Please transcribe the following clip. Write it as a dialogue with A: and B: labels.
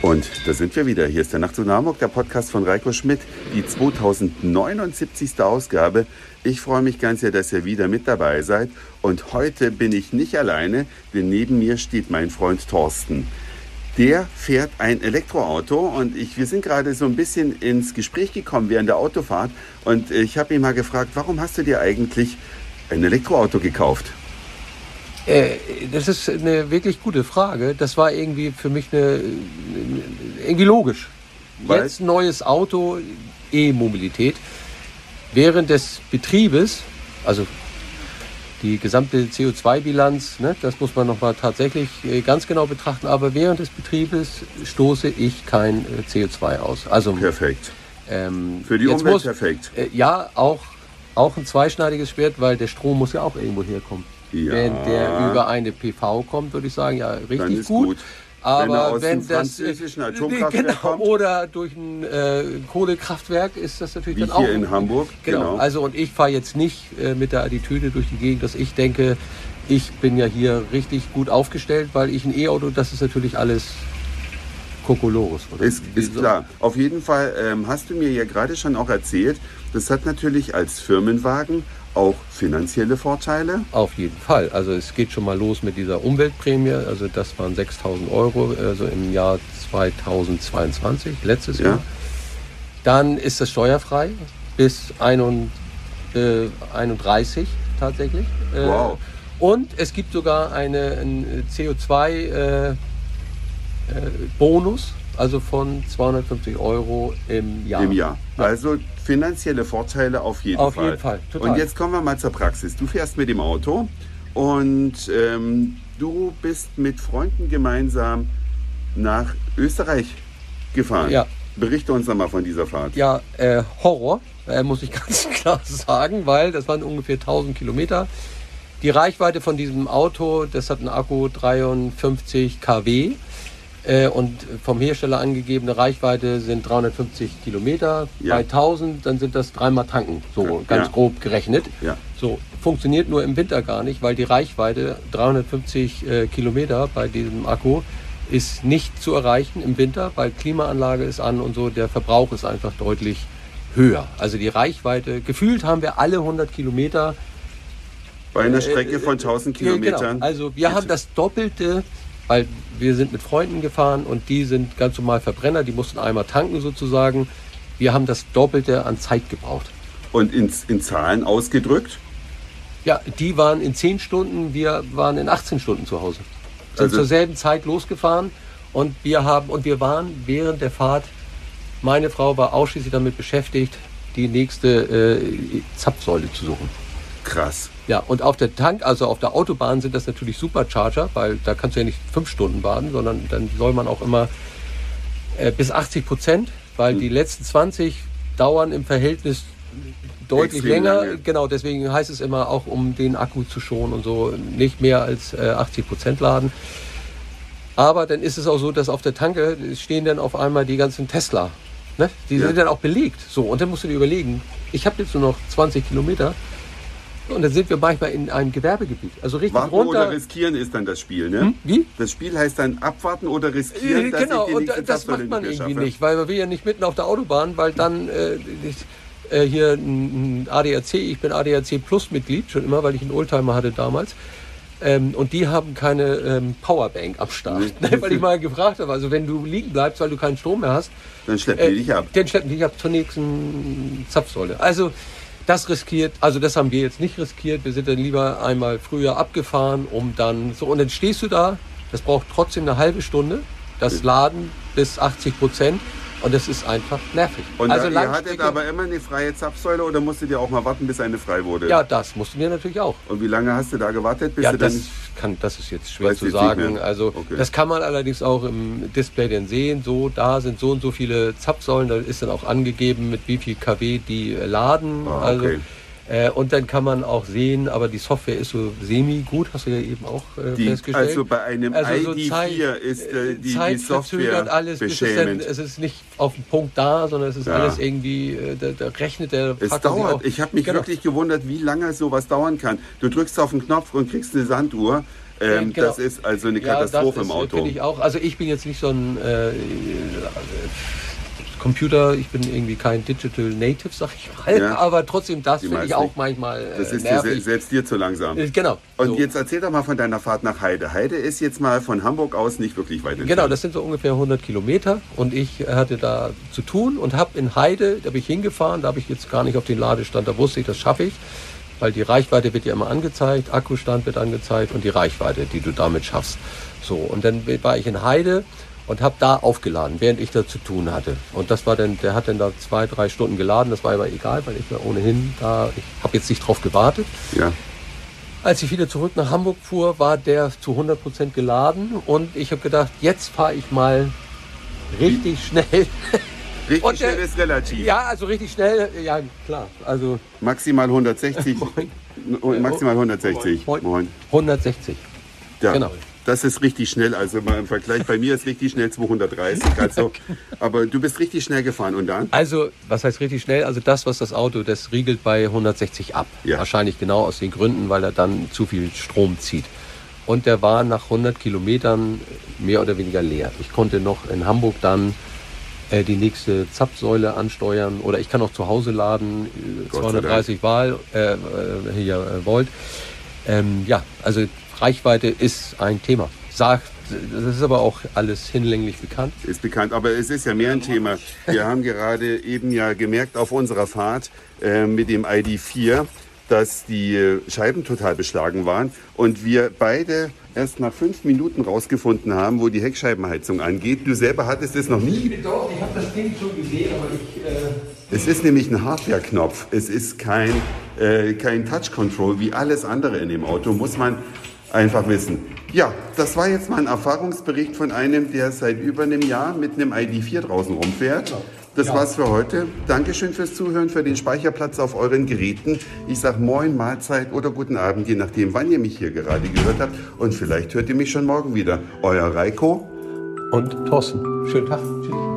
A: Und da sind wir wieder. Hier ist der Nachtzug nach Hamburg, der Podcast von Reiko Schmidt, die 2079. Ausgabe. Ich freue mich ganz sehr, dass ihr wieder mit dabei seid. Und heute bin ich nicht alleine, denn neben mir steht mein Freund Thorsten. Der fährt ein Elektroauto und wir sind gerade so ein bisschen ins Gespräch gekommen während der Autofahrt. Und ich habe ihn mal gefragt, warum hast du dir eigentlich ein Elektroauto gekauft?
B: Das ist eine wirklich gute Frage. Das war irgendwie für mich irgendwie logisch.
A: Weil?
B: Jetzt neues Auto, E-Mobilität. Während des Betriebes, also die gesamte CO2-Bilanz, ne, das muss man nochmal tatsächlich ganz genau betrachten. Aber während des Betriebes stoße ich kein CO2 aus. Also,
A: perfekt. Für die Umwelt perfekt.
B: Ja, auch ein zweischneidiges Schwert, weil der Strom muss ja auch irgendwo herkommen.
A: Ja.
B: Wenn der über eine PV kommt, würde ich sagen, ja, richtig
A: Dann ist
B: gut. Aber
A: wenn
B: wenn das
A: Atomkraftwerk kommt,
B: oder durch ein Kohlekraftwerk ist das natürlich
A: wie
B: dann auch
A: hier in Hamburg.
B: Genau. Also und ich fahre jetzt nicht mit der Attitüde durch die Gegend, dass ich denke, ich bin ja hier richtig gut aufgestellt, weil ich ein E-Auto, das ist natürlich alles Kokolores.
A: Ist klar. Auf jeden Fall hast du mir ja gerade schon auch erzählt, das hat natürlich als Firmenwagen auch finanzielle Vorteile?
B: Auf jeden Fall. Also es geht schon mal los mit dieser Umweltprämie. Also das waren 6.000 Euro, also im Jahr 2022, letztes Jahr. Dann ist das steuerfrei bis 31 tatsächlich.
A: Wow.
B: Und es gibt sogar einen CO2-Bonus, also von 250 Euro im Jahr.
A: Im Jahr. Ja. Also finanzielle Vorteile auf jeden Fall.
B: Auf jeden Fall, total.
A: Und jetzt kommen wir mal zur Praxis. Du fährst mit dem Auto und du bist mit Freunden gemeinsam nach Österreich gefahren.
B: Ja.
A: Berichte uns nochmal von dieser Fahrt.
B: Ja, Horror, muss ich ganz klar sagen, weil das waren ungefähr 1000 Kilometer. Die Reichweite von diesem Auto, das hat einen Akku 53 kW. Und vom Hersteller angegebene Reichweite sind 350 Kilometer. Ja. Bei 1000, dann sind das dreimal tanken, so ganz grob gerechnet.
A: Ja.
B: So, funktioniert nur im Winter gar nicht, weil die Reichweite 350 Kilometer bei diesem Akku ist nicht zu erreichen im Winter, weil Klimaanlage ist an und so, der Verbrauch ist einfach deutlich höher. Also die Reichweite, gefühlt haben wir alle 100 Kilometer.
A: Bei einer Strecke von 1000 Kilometern.
B: Genau. Also wir haben das Doppelte, weil wir sind mit Freunden gefahren und die sind ganz normal Verbrenner, die mussten einmal tanken sozusagen. Wir haben das Doppelte an Zeit gebraucht.
A: Und in Zahlen ausgedrückt?
B: Ja, die waren in 10 Stunden, wir waren in 18 Stunden zu Hause. Sind
A: also
B: zur selben Zeit losgefahren und wir waren während der Fahrt, meine Frau war ausschließlich damit beschäftigt, die nächste Zapfsäule zu suchen.
A: Krass.
B: Ja, und auf der Autobahn sind das natürlich Supercharger, weil da kannst du ja nicht 5 Stunden warten, sondern dann soll man auch immer bis 80%, weil die letzten 20 dauern im Verhältnis deutlich länger. Genau, deswegen heißt es immer auch, um den Akku zu schonen und so, nicht mehr als 80% laden. Aber dann ist es auch so, dass auf der Tanke stehen dann auf einmal die ganzen Tesla. Ne? Die sind dann auch belegt. So, und dann musst du dir überlegen, ich habe jetzt nur noch 20 Kilometer. Und dann sind wir manchmal in einem Gewerbegebiet. Also richtig
A: warten
B: runter.
A: Oder riskieren ist dann das Spiel, ne?
B: Wie?
A: Das Spiel heißt dann abwarten oder riskieren, dass
B: genau,
A: ich die
B: und
A: nächste
B: das
A: Zapfsäule
B: macht man
A: nicht mehr
B: irgendwie
A: schaffe.
B: nicht, weil wir ja nicht mitten auf der Autobahn, weil dann hier ein ADAC, ich bin ADAC Plus Mitglied, schon immer, weil ich einen Oldtimer hatte damals. Und die haben keine Powerbank am Start, weil ich mal gefragt habe, also wenn du liegen bleibst, weil du keinen Strom mehr hast,
A: dann schleppen die dich ab.
B: Dann schleppen die dich ab zur nächsten Zapfsäule. Also das haben wir jetzt nicht riskiert. Wir sind dann lieber einmal früher abgefahren, und dann stehst du da. Das braucht trotzdem eine halbe Stunde. Das Laden bis 80%. Und das ist einfach nervig.
A: Und also ihr hattet aber immer eine freie Zapfsäule oder musstet ihr auch mal warten, bis eine frei wurde?
B: Ja, das mussten wir natürlich auch.
A: Und wie lange hast du da gewartet? Bis du
B: das ist jetzt schwer zu sagen. Also das kann man allerdings auch im Display dann sehen. So, da sind so und so viele Zapfsäulen. Da ist dann auch angegeben, mit wie viel kW die laden. Und dann kann man auch sehen, aber die Software ist so semi-gut, hast du ja eben auch festgestellt.
A: Also bei einem ID4 ist die Software
B: alles,
A: beschämend.
B: Es ist nicht auf den Punkt da, sondern es ist alles irgendwie, da rechnet der
A: Es
B: Faktor
A: dauert.
B: auch.
A: Ich habe mich wirklich gewundert, wie lange sowas dauern kann. Du drückst auf den Knopf und kriegst eine Sanduhr. Das ist also eine Katastrophe im Auto.
B: Finde ich auch. Also ich bin jetzt nicht so ein Computer, ich bin irgendwie kein Digital Native, sag ich mal, aber trotzdem, das finde ich auch manchmal
A: das ist
B: nervig.
A: Selbst dir zu langsam.
B: Genau.
A: Und
B: so.
A: Jetzt erzähl doch mal von deiner Fahrt nach Heide. Heide ist jetzt mal von Hamburg aus nicht wirklich weit entfernt.
B: Genau, das sind so ungefähr 100 Kilometer und ich hatte da zu tun und habe in Heide, da bin ich hingefahren, da habe ich jetzt gar nicht auf den Ladestand, da wusste ich, das schaffe ich, weil die Reichweite wird ja immer angezeigt, Akkustand wird angezeigt und die Reichweite, die du damit schaffst. So, und dann war ich in Heide und habe da aufgeladen, während ich da zu tun hatte. Und das war dann, der hat dann da 2-3 Stunden geladen, das war aber egal, weil ich ja ohnehin da, ich habe jetzt nicht drauf gewartet.
A: Ja.
B: Als ich wieder zurück nach Hamburg fuhr, war der zu 100% geladen und ich habe gedacht, jetzt fahre ich mal richtig schnell.
A: Richtig schnell ist relativ.
B: Ja, also richtig schnell, ja klar. Also
A: maximal 160. Maximal 160.
B: Moin. 160.
A: Ja.
B: Genau.
A: Das ist richtig schnell, also mal im Vergleich, bei mir ist richtig schnell 230, also, aber du bist richtig schnell gefahren und dann?
B: Also, was heißt richtig schnell? Also das, was das Auto, das riegelt bei 160 ab. Ja. Wahrscheinlich genau aus den Gründen, weil er dann zu viel Strom zieht. Und der war nach 100 Kilometern mehr oder weniger leer. Ich konnte noch in Hamburg dann die nächste Zapfsäule ansteuern oder ich kann auch zu Hause laden, 230 Volt. Ja, also Reichweite ist ein Thema. Das ist aber auch alles hinlänglich bekannt.
A: Ist bekannt, aber es ist ja mehr ein Thema. Wir haben gerade eben ja gemerkt auf unserer Fahrt mit dem ID4, dass die Scheiben total beschlagen waren und wir beide erst nach 5 Minuten rausgefunden haben, wo die Heckscheibenheizung angeht. Du selber hattest es noch nie?
B: Doch, ich habe das Ding schon gesehen, aber
A: Es ist nämlich ein Hardware-Knopf. Es ist kein Touch-Control wie alles andere in dem Auto, muss man einfach wissen. Ja, das war jetzt mal ein Erfahrungsbericht von einem, der seit über einem Jahr mit einem ID4 draußen rumfährt. Das war's für heute. Dankeschön fürs Zuhören, für den Speicherplatz auf euren Geräten. Ich sag Moin, Mahlzeit oder guten Abend, je nachdem, wann ihr mich hier gerade gehört habt. Und vielleicht hört ihr mich schon morgen wieder. Euer Reiko
B: und Thorsten. Schönen Tag. Tschüss.